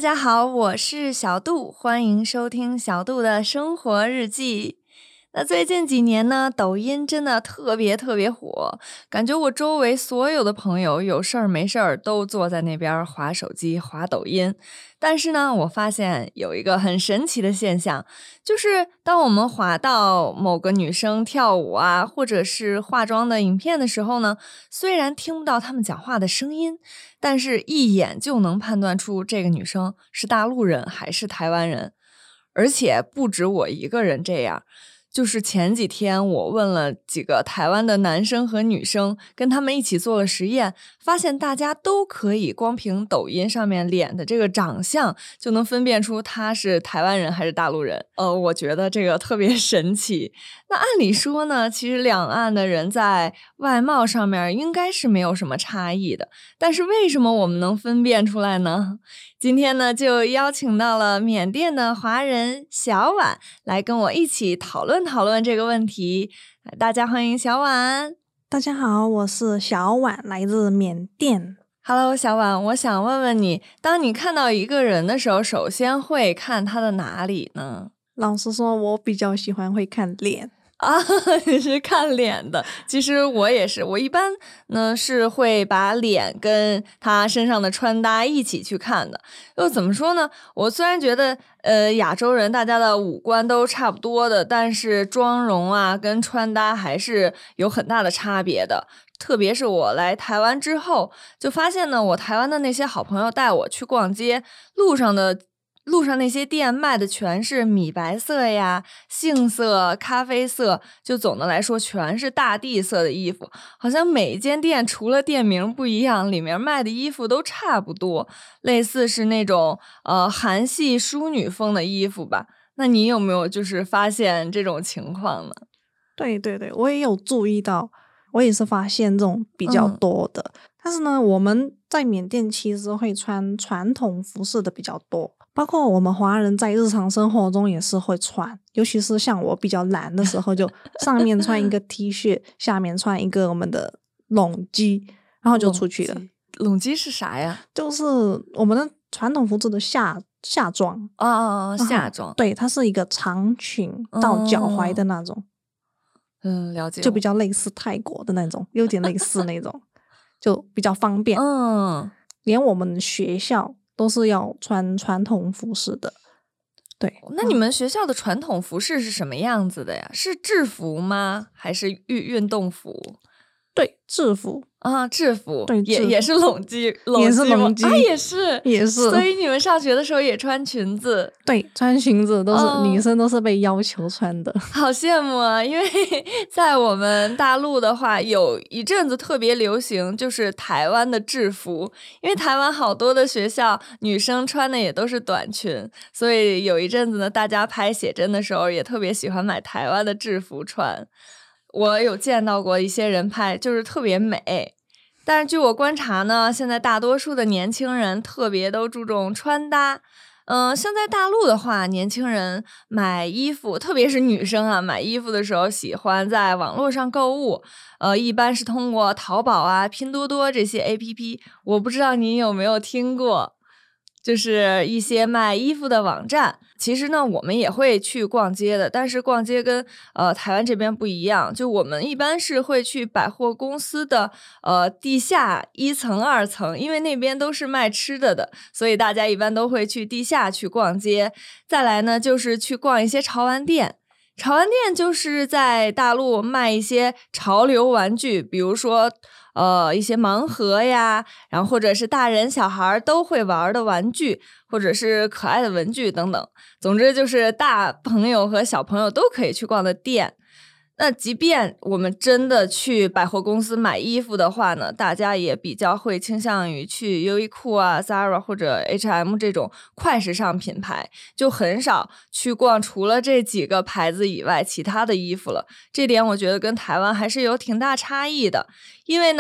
家好，我是小杜，欢迎收听小杜的生活日记。那最近几年呢，抖音真的特别火，感觉我周围所有的朋友有事儿没事儿都坐在那边滑手机滑抖音。但是呢，我发现有一个很神奇的现象，就是当我们滑到某个女生跳舞啊，或者是化妆的影片的时候呢，虽然听不到她们讲话的声音，但是一眼就能判断出这个女生是大陆人还是台湾人。而且不止我一个人这样，就是前几天我问了几个台湾的男生和女生，跟他们一起做了实验，发现大家都可以光凭抖音上面脸的这个长相就能分辨出他是台湾人还是大陆人。我觉得这个特别神奇。那按理说呢，其实两岸的人在外貌上面应该是没有什么差异的，但是为什么我们能分辨出来呢？今天呢，就邀请到了缅甸的华人小婉来跟我一起讨论这个问题。大家欢迎小婉。 大家好，我是小婉，来自缅甸。 Hello， 小婉，我想问问你，当你看到一个人的时候，首先会看他的哪里呢？ 老实说，我比较喜欢会看脸。 啊，你是看脸的。其实我也是，我一般呢是会把脸跟他身上的穿搭一起去看的。又怎么说呢？我虽然觉得亚洲人大家的五官都差不多的，但是妆容啊跟穿搭还是有很大的差别的。特别是我来台湾之后，就发现呢，我台湾的那些好朋友带我去逛街，路上那些店卖的全是米白色呀、杏色、咖啡色，就总的来说全是大地色的衣服，好像每一间店除了店名不一样，里面卖的衣服都差不多，类似是那种韩系淑女风的衣服吧。那你有没有就是发现这种情况呢？ 对，我也有注意到，我也是发现这种比较多的。但是呢，我们在缅甸其实会穿传统服饰的比较多，包括我们华人在日常生活中也是会穿，尤其是像我比较懒的时候，就上面穿一个 T 恤，下面穿一个我们的拢基，然后就出去了。 拢基是啥呀？ 就是我们的传统服饰的下装。 下装。 对，它是一个长裙到脚踝的那种。 了解。 就比较类似泰国的那种，有点类似那种，就比较方便。连我们学校都是要穿传统服饰的。对， 那你们学校的传统服饰是什么样子的呀？是制服吗？还是运动服？ 对，制服啊，制服， 对， 也是拢基， 也是拢基， 也是，所以你们上学的时候也穿裙子？ 对，穿裙子都是女生都是被要求穿的。 好羡慕啊！因为在我们大陆的话，有一阵子特别流行，就是台湾的制服，因为台湾好多的学校女生穿的也都是短裙，所以有一阵子呢，大家拍写真的时候也特别喜欢买台湾的制服穿。我有见到过一些人拍，就是特别美。但是据我观察呢，现在大多数的年轻人特别都注重穿搭。像在大陆的话，年轻人买衣服，特别是女生啊，买衣服的时候喜欢在网络上购物。一般是通过淘宝啊、拼多多这些 APP。我不知道你有没有听过，就是一些卖衣服的网站。其实呢，我们也会去逛街的，但是逛街跟台湾这边不一样，就我们一般是会去百货公司的地下1层2层，因为那边都是卖吃的，所以大家一般都会去地下去逛街。再来呢，就是去逛一些潮玩店。潮玩店就是在大陆卖一些潮流玩具，比如说一些盲盒呀，然后或者是大人小孩都会玩的玩具，或者是可爱的文具等等。总之就是大朋友和小朋友都可以去逛的店。那即便我们真的去百货公司买衣服的话呢，大家也比较会倾向于去优衣库啊、Zara 或者 H&M 这种快时尚品牌，就很少去逛除了这几个牌子以外其他的衣服了。这点我觉得跟台湾还是有挺大差异的。因为呢，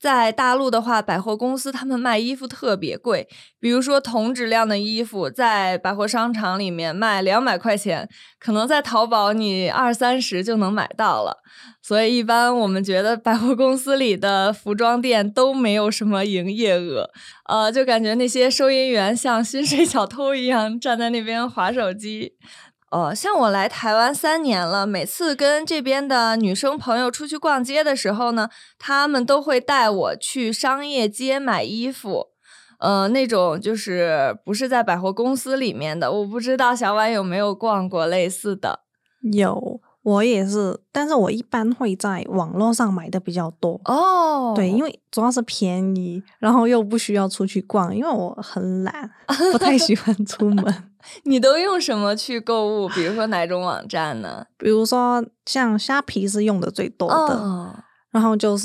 在大陆的话，百货公司他们卖衣服特别贵，比如说同质量的衣服在百货商场里面卖200块钱，可能在淘宝你20-30就能买到了。所以一般我们觉得百货公司里的服装店都没有什么营业额，就感觉那些收银员像薪水小偷一样站在那边滑手机。像我来台湾3年了，每次跟这边的女生朋友出去逛街的时候呢，她们都会带我去商业街买衣服，那种就是不是在百货公司里面的，我不知道小婉有没有逛过类似的。 有，我也是，但是我一般会在网络上买的比较多。对，因为主要是便宜，然后又不需要出去逛，因为我很懒，不太喜欢出门。 你都用什么去购物？比如说哪种网站呢？ 比如说像虾皮是用的最多的，然后就是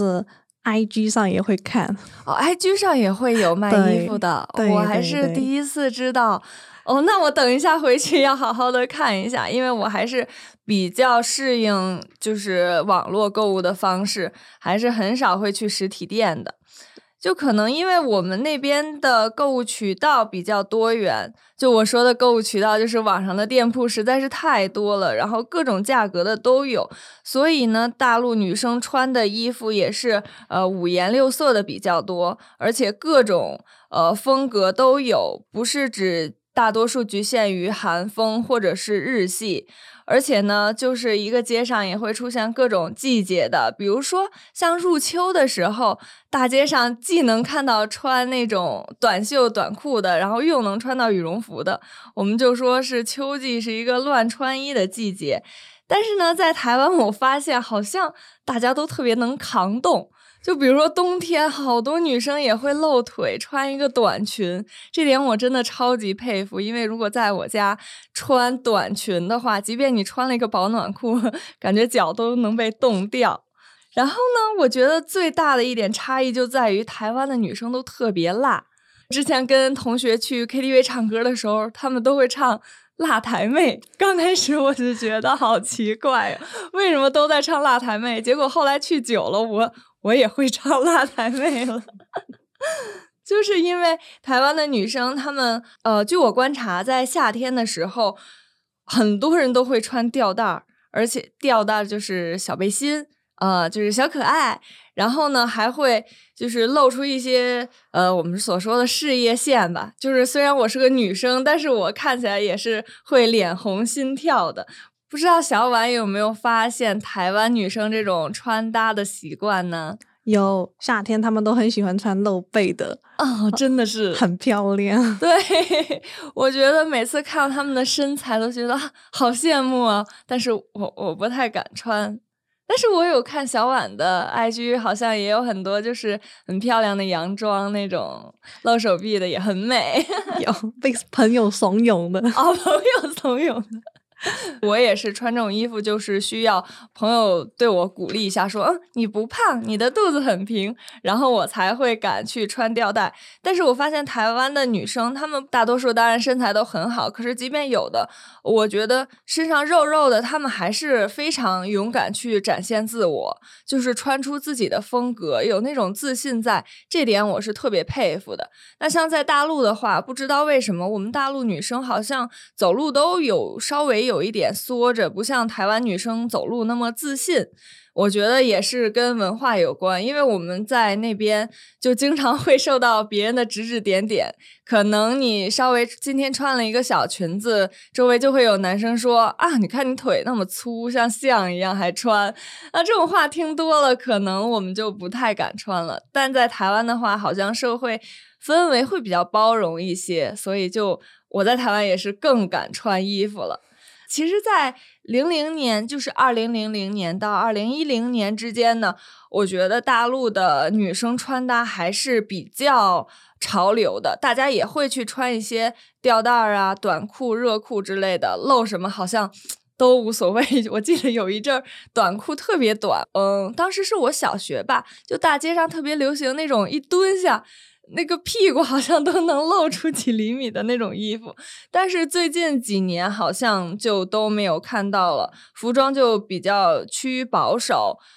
IG 上也会看。 IG 上也会有卖衣服的，我还是第一次知道。那我等一下回去要好好的看一下，因为我还是比较适应就是网络购物的方式，还是很少会去实体店的。就可能因为我们那边的购物渠道比较多元，就我说的购物渠道就是网上的店铺实在是太多了，然后各种价格的都有，所以呢大陆女生穿的衣服也是五颜六色的比较多，而且各种风格都有，不是只大多数局限于韩风或者是日系。而且呢，就是一个街上也会出现各种季节的，比如说像入秋的时候，大街上既能看到穿那种短袖短裤的，然后又能穿到羽绒服的，我们就说是秋季是一个乱穿衣的季节。但是呢，在台湾我发现好像大家都特别能扛冻，就比如说冬天好多女生也会露腿穿一个短裙，这点我真的超级佩服，因为如果在我家穿短裙的话，即便你穿了一个保暖裤，感觉脚都能被冻掉。然后呢，我觉得最大的一点差异就在于台湾的女生都特别辣。之前跟同学去 KTV 唱歌的时候，他们都会唱辣台妹，刚开始我就觉得好奇怪啊，为什么都在唱辣台妹？结果后来去久了，我也会唱辣台妹了。就是因为台湾的女生她们据我观察，在夏天的时候很多人都会穿吊带，而且吊带就是小背心，就是小可爱，然后呢还会就是露出一些我们所说的事业线吧，就是虽然我是个女生，但是我看起来也是会脸红心跳的。不知道小婉有没有发现台湾女生这种穿搭的习惯呢？ 有，夏天他们都很喜欢穿露背的， 真的是很漂亮。 对，我觉得每次看到他们的身材都觉得好羡慕啊，但是我不太敢穿。但是我有看小婉的 IG， 好像也有很多就是很漂亮的洋装，那种露手臂的也很美。 有被朋友怂恿的。 朋友怂恿的。我也是穿这种衣服，就是需要朋友对我鼓励一下，说你不胖，你的肚子很平，然后我才会敢去穿吊带。但是我发现台湾的女生，她们大多数当然身材都很好，可是即便有的，我觉得身上肉肉的，她们还是非常勇敢去展现自我，就是穿出自己的风格，有那种自信在，这点我是特别佩服的。那像在大陆的话，不知道为什么我们大陆女生好像走路都有稍微有一点缩着，不像台湾女生走路那么自信。我觉得也是跟文化有关，因为我们在那边就经常会受到别人的指指点点，可能你稍微今天穿了一个小裙子，周围就会有男生说你看你腿那么粗，像象一样还穿，这种话听多了，可能我们就不太敢穿了。但在台湾的话，好像社会氛围会比较包容一些，所以就我在台湾也是更敢穿衣服了。其实在00年，就是2000年到2010年之间呢，我觉得大陆的女生穿搭还是比较潮流的，大家也会去穿一些吊带啊、短裤、热裤之类的，露什么好像都无所谓。我记得有一阵短裤特别短，当时是我小学吧，就大街上特别流行那种一蹲下那个屁股好像都能露出几厘米的那种衣服，但是最近几年好像就都没有看到了，服装就比较趋于保守。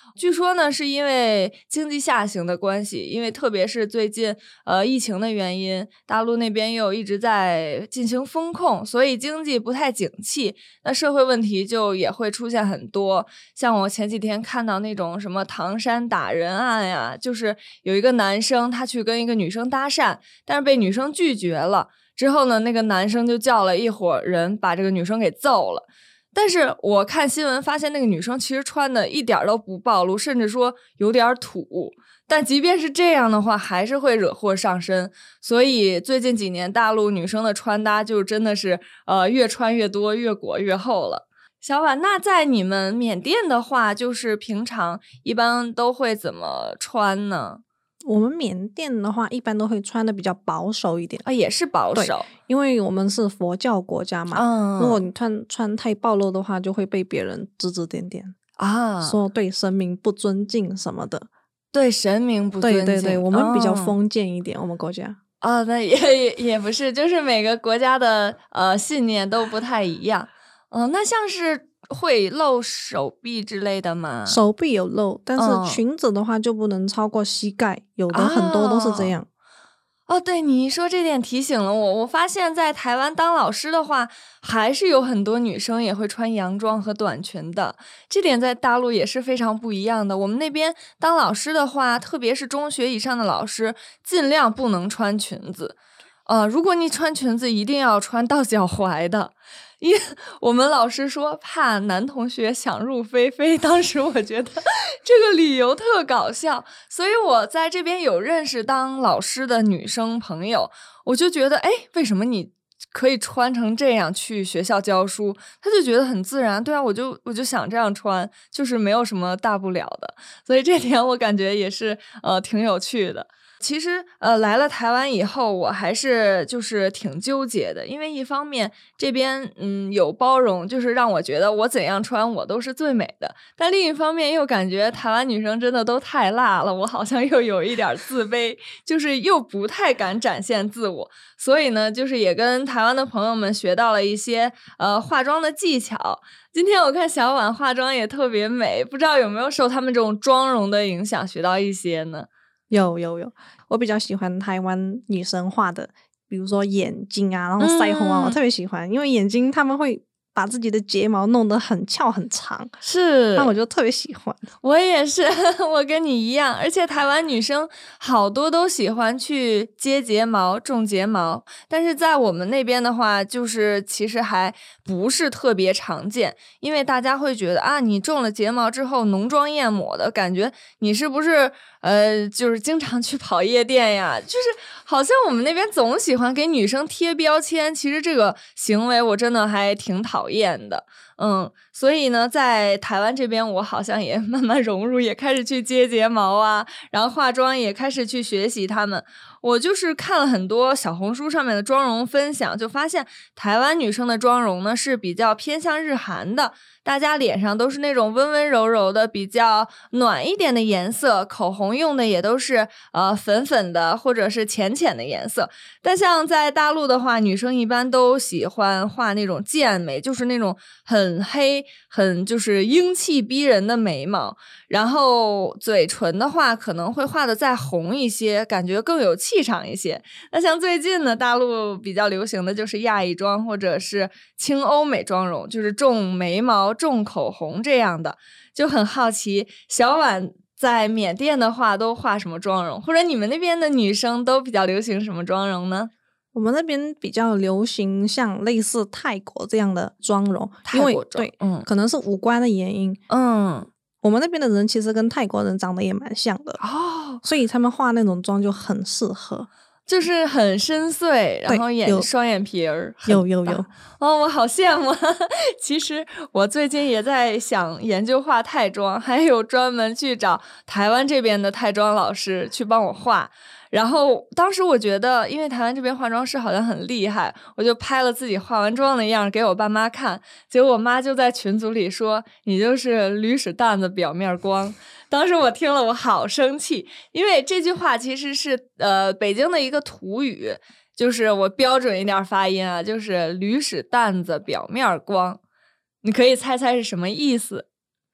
据说呢，是因为经济下行的关系，因为特别是最近疫情的原因，大陆那边又一直在进行风控，所以经济不太景气，那社会问题就也会出现很多。像我前几天看到那种什么唐山打人案呀，就是有一个男生他去跟一个女生搭讪，但是被女生拒绝了，之后呢，那个男生就叫了一伙人把这个女生给揍了。但是我看新闻发现那个女生其实穿的一点都不暴露，甚至说有点土，但即便是这样的话还是会惹祸上身。所以最近几年大陆女生的穿搭就真的是越穿越多，越裹越厚了。小婉，那在你们缅甸的话，就是平常一般都会怎么穿呢？ 我们缅甸的话一般都会穿的比较保守一点也是保守， 因为我们是佛教国家嘛，如果你穿太暴露的话就会被别人指指点点说对神明不尊敬什么的。 对神明不尊敬， 对，我们比较封建一点，我们国家那也不是，就是每个国家的信念都不太一样。那像是会露手臂之类的吗？ 手臂有露，但是裙子的话就不能超过膝盖，有的很多都是这样。 对，你一说这点提醒了我发现在台湾当老师的话，还是有很多女生也会穿洋装和短裙的，这点在大陆也是非常不一样的。我们那边当老师的话，特别是中学以上的老师，尽量不能穿裙子。如果你穿裙子，一定要穿到脚踝的。因为我们老师说怕男同学想入非非，当时我觉得这个理由特搞笑，所以我在这边有认识当老师的女生朋友，我就觉得为什么你可以穿成这样去学校教书？他就觉得很自然。对啊，我就想这样穿，就是没有什么大不了的，所以这点我感觉也是挺有趣的。其实来了台湾以后，我还是就是挺纠结的，因为一方面这边有包容，就是让我觉得我怎样穿我都是最美的，但另一方面又感觉台湾女生真的都太辣了，我好像又有一点自卑，就是又不太敢展现自我。所以呢，就是也跟台湾的朋友们学到了一些化妆的技巧。今天我看小婉化妆也特别美，不知道有没有受他们这种妆容的影响学到一些呢？ 有，我比较喜欢台湾女生画的，比如说眼睛啊，然后腮红啊，我特别喜欢，因为眼睛他们会把自己的睫毛弄得很翘很长， 是， 那我就特别喜欢。 我也是，我跟你一样，而且台湾女生好多都喜欢去接睫毛、种睫毛，但是在我们那边的话，就是其实还不是特别常见，因为大家会觉得你种了睫毛之后浓妆艳抹的感觉，你是不是就是经常去跑夜店呀？就是好像我们那边总喜欢给女生贴标签，其实这个行为我真的还挺讨厌的。所以呢，在台湾这边，我好像也慢慢融入，也开始去接睫毛啊，然后化妆也开始去学习他们。我就是看了很多小红书上面的妆容分享，就发现台湾女生的妆容呢是比较偏向日韩的，大家脸上都是那种温温柔柔的比较暖一点的颜色，口红用的也都是粉粉的或者是浅浅的颜色。但像在大陆的话，女生一般都喜欢画那种渐眉，就是那种很黑很就是英气逼人的眉毛，然后嘴唇的话可能会画的再红一些，感觉更有气场一些。那像最近呢，大陆比较流行的就是亚裔妆或者是轻欧美妆容，就是重眉毛重口红这样的。就很好奇小婉在缅甸的话都画什么妆容，或者你们那边的女生都比较流行什么妆容呢？ 我们那边比较流行像类似泰国这样的妆容，因为对，可能是五官的原因，我们那边的人其实跟泰国人长得也蛮像的所以他们画那种妆就很适合， 就是很深邃，然后双眼皮儿有我好羡慕其实我最近也在想研究画泰妆，还有专门去找台湾这边的泰妆老师去帮我画。然后当时我觉得因为台湾这边化妆师好像很厉害，我就拍了自己化完妆的样给我爸妈看，结果我妈就在群组里说你就是驴屎蛋子表面光。当时我听了我好生气，因为这句话其实是北京的一个土语，就是我标准一点发音啊，就是驴屎蛋子表面光。你可以猜猜是什么意思？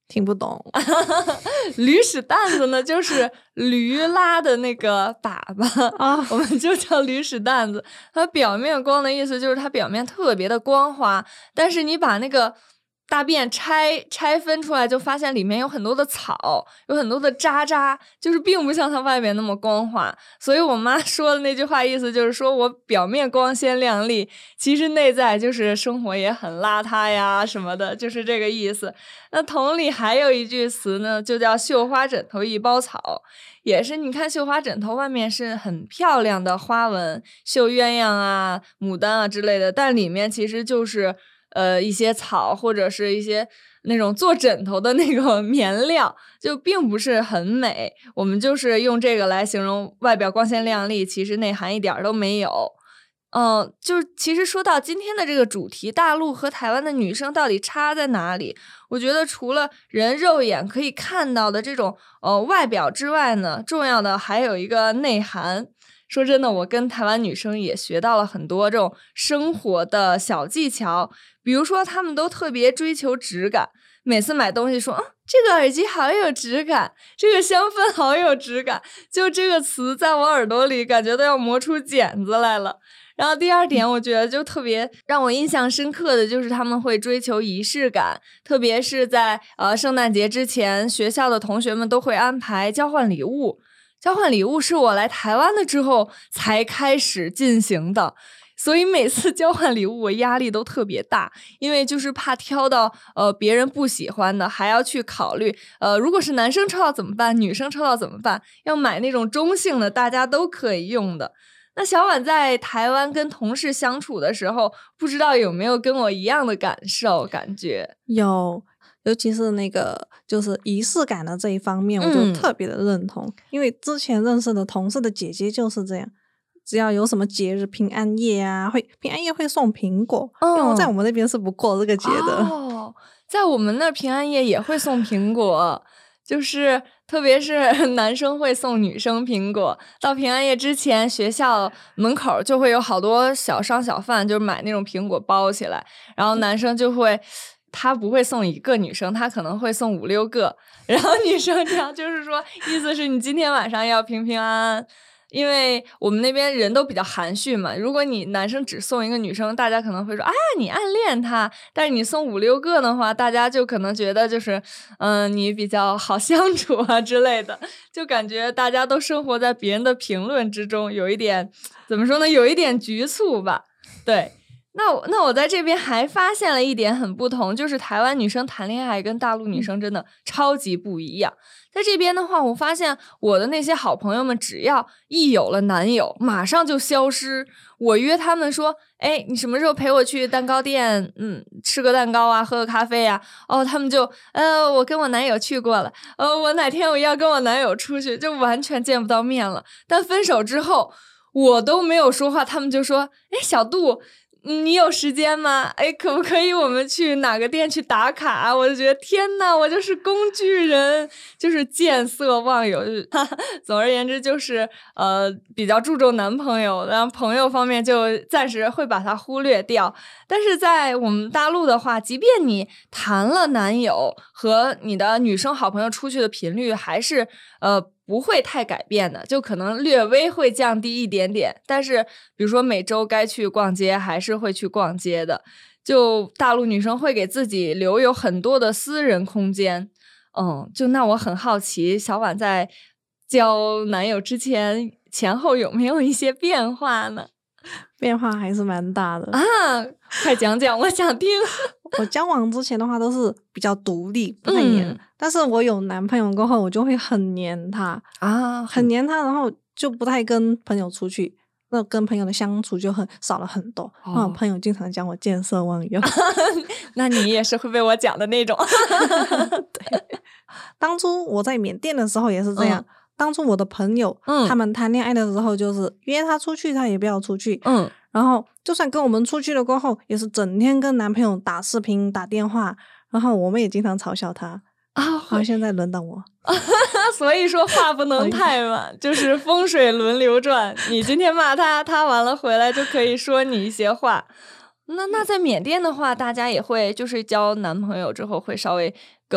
听不懂。 驴屎蛋子呢，就是驴拉的那个粑粑啊， 我们就叫驴屎蛋子。它表面光的意思就是它表面特别的光滑，但是你把那个大便拆分出来，就发现里面有很多的草，有很多的渣渣，就是并不像它外面那么光滑。所以我妈说的那句话意思就是说我表面光鲜亮丽，其实内在就是生活也很邋遢呀什么的，就是这个意思。那同理还有一句词呢，就叫绣花枕头一包草，也是你看绣花枕头外面是很漂亮的花纹，绣鸳鸯啊、牡丹啊之类的，但里面其实就是一些草或者是一些那种做枕头的那个棉料，就并不是很美。我们就是用这个来形容外表光鲜亮丽，其实内涵一点都没有。就是其实说到今天的这个主题，大陆和台湾的女生到底差在哪里？我觉得除了人肉眼可以看到的这种外表之外呢，重要的还有一个内涵。说真的，我跟台湾女生也学到了很多这种生活的小技巧，比如说她们都特别追求质感，每次买东西说这个耳机好有质感，这个香氛好有质感，就这个词在我耳朵里感觉都要磨出茧子来了。然后第二点我觉得就特别让我印象深刻的就是他们会追求仪式感，特别是在圣诞节之前，学校的同学们都会安排交换礼物。交换礼物是我来台湾了之后才开始进行的，所以每次交换礼物我压力都特别大，因为就是怕挑到别人不喜欢的，还要去考虑如果是男生抽到怎么办，女生抽到怎么办，要买那种中性的大家都可以用的。那小婉在台湾跟同事相处的时候，不知道有没有跟我一样的感觉？ 有，尤其是那个就是仪式感的这一方面，我就特别的认同。因为之前认识的同事的姐姐就是这样，只要有什么节日，平安夜啊，平安夜会送苹果，因为在我们那边是不过这个节的。 在我们那儿平安夜也会送苹果。就是特别是男生会送女生苹果，到平安夜之前，学校门口就会有好多小商小贩，就是买那种苹果包起来，然后男生就会，他不会送一个女生，他可能会送5、6个，然后女生这样就是说，意思是你今天晚上要平平安安。因为我们那边人都比较含蓄嘛，如果你男生只送一个女生，大家可能会说你暗恋她，但是你送5、6个的话，大家就可能觉得就是你比较好相处啊之类的，就感觉大家都生活在别人的评论之中，有一点怎么说呢，有一点局促吧。对，那我在这边还发现了一点很不同，就是台湾女生谈恋爱跟大陆女生真的超级不一样。在这边的话，我发现我的那些好朋友们，只要一有了男友，马上就消失。我约他们说，你什么时候陪我去蛋糕店，吃个蛋糕啊，喝个咖啡啊？他们就，我跟我男友去过了，我哪天我要跟我男友出去，就完全见不到面了。但分手之后，我都没有说话，他们就说，小杜，你有时间吗？可不可以我们去哪个店去打卡？我就觉得天哪，我就是工具人，就是见色忘友。总而言之，就是比较注重男朋友，然后朋友方面就暂时会把它忽略掉。但是在我们大陆的话，即便你谈了男友，和你的女生好朋友出去的频率还是不会太改变的，就可能略微会降低一点点，但是比如说每周该去逛街还是会去逛街的。就大陆女生会给自己留有很多的私人空间。就那我很好奇，小婉在交男友之前前后有没有一些变化呢？ 变化还是蛮大的快讲讲，我想听。 我交往之前的话都是比较独立，不太黏，但是我有男朋友过后，我就会很黏他很黏他，然后就不太跟朋友出去，那跟朋友的相处就少了很多。我朋友经常讲我见色忘友。 那你也是会被我讲的那种。 对，当初我在缅甸的时候也是这样。当初我的朋友他们谈恋爱的时候，就是约他出去他也不要出去，然后就算跟我们出去了过后，也是整天跟男朋友打视频打电话，然后我们也经常嘲笑他好，现在轮到我。 所以说话不能太满，就是风水轮流转，你今天骂他，他完了回来就可以说你一些话。那在缅甸的话，大家也会就是交男朋友之后会稍微更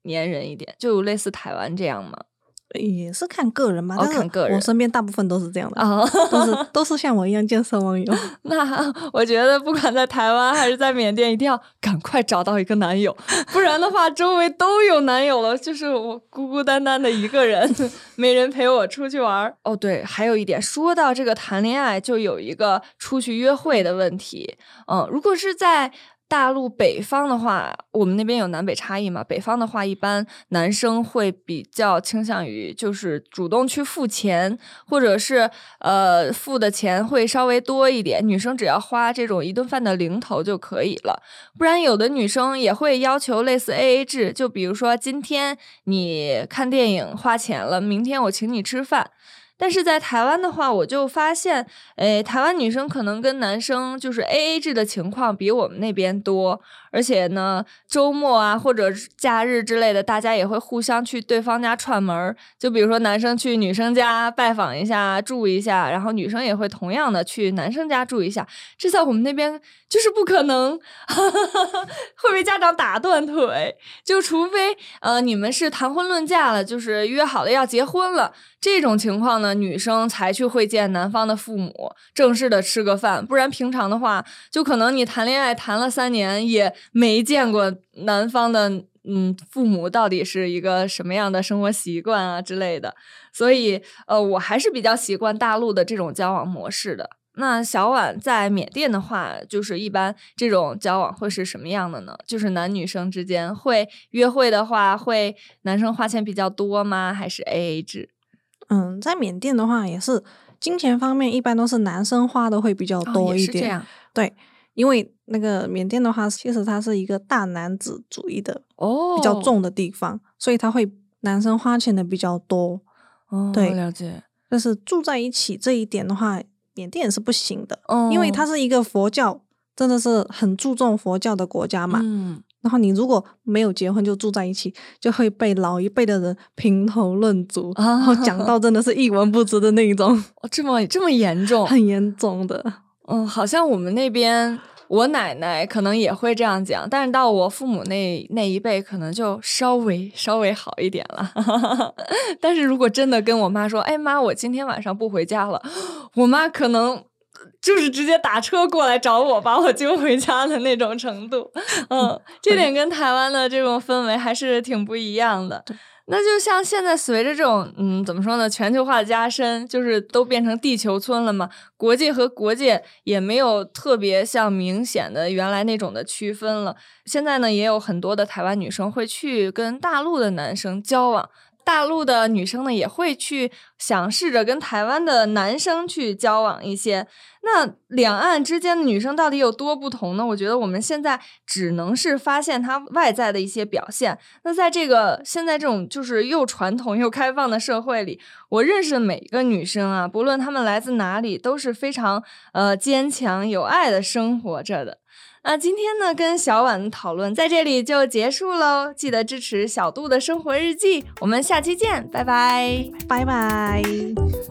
粘人一点，就类似台湾这样吗？ 也是看个人吧， 但是我身边大部分都是这样的都是像我一样见色忘友。 那我觉得不管在台湾还是在缅甸，一定要赶快找到一个男友，不然的话周围都有男友了，就是我孤孤单单的一个人，没人陪我出去玩。哦对，还有一点，说到这个谈恋爱，就有一个出去约会的问题。如果是在大陆北方的话，我们那边有南北差异嘛，北方的话一般男生会比较倾向于就是主动去付钱，或者是付的钱会稍微多一点，女生只要花这种一顿饭的零头就可以了。不然有的女生也会要求类似 AA 制，就比如说今天你看电影花钱了，明天我请你吃饭。但是在台湾的话，我就发现，台湾女生可能跟男生就是 AA 制的情况比我们那边多，而且呢，周末啊或者假日之类的，大家也会互相去对方家串门，就比如说男生去女生家拜访一下、住一下，然后女生也会同样的去男生家住一下，这在我们那边就是不可能，会被家长打断腿，就除非你们是谈婚论嫁了，就是约好了要结婚了，这种情况呢，女生才去会见男方的父母，正式的吃个饭，不然平常的话，就可能你谈恋爱谈了3年，也没见过男方的父母到底是一个什么样的生活习惯啊之类的，所以我还是比较习惯大陆的这种交往模式的。那小婉在缅甸的话，就是一般这种交往会是什么样的呢？就是男女生之间会约会的话，会男生花钱比较多吗？还是 AA 制？ 在缅甸的话也是金钱方面一般都是男生花的会比较多一点。 也是这样。 对，因为那个缅甸的话其实它是一个大男子主义的比较重的地方，所以它会男生花钱的比较多。对， 了解。 但是住在一起这一点的话，缅甸也是不行的，因为它是一个佛教，真的是很注重佛教的国家嘛。然后你如果没有结婚就住在一起，就会被老一辈的人评头论足，然后讲到真的是一文不值的那一种。 这么严重？ 很严重的。 好像我们那边我奶奶可能也会这样讲，但是到我父母那一辈可能就稍微好一点了。但是如果真的跟我妈说，哎妈，我今天晚上不回家了，我妈可能就是直接打车过来找我，把我接回家的那种程度。这点跟台湾的这种氛围还是挺不一样的。那就像现在随着这种怎么说呢，全球化的加深，就是都变成地球村了嘛，国界和国界也没有特别像明显的原来那种的区分了。现在呢，也有很多的台湾女生会去跟大陆的男生交往，大陆的女生呢也会去想试着跟台湾的男生去交往一些。那两岸之间的女生到底有多不同呢？我觉得我们现在只能是发现她外在的一些表现。那在这个现在这种就是又传统又开放的社会里，我认识的每一个女生啊，不论她们来自哪里，都是非常坚强有爱的生活着的。那今天呢，跟小婉的讨论在这里就结束喽。记得支持小杜的生活日记，我们下期见，拜拜， 拜拜。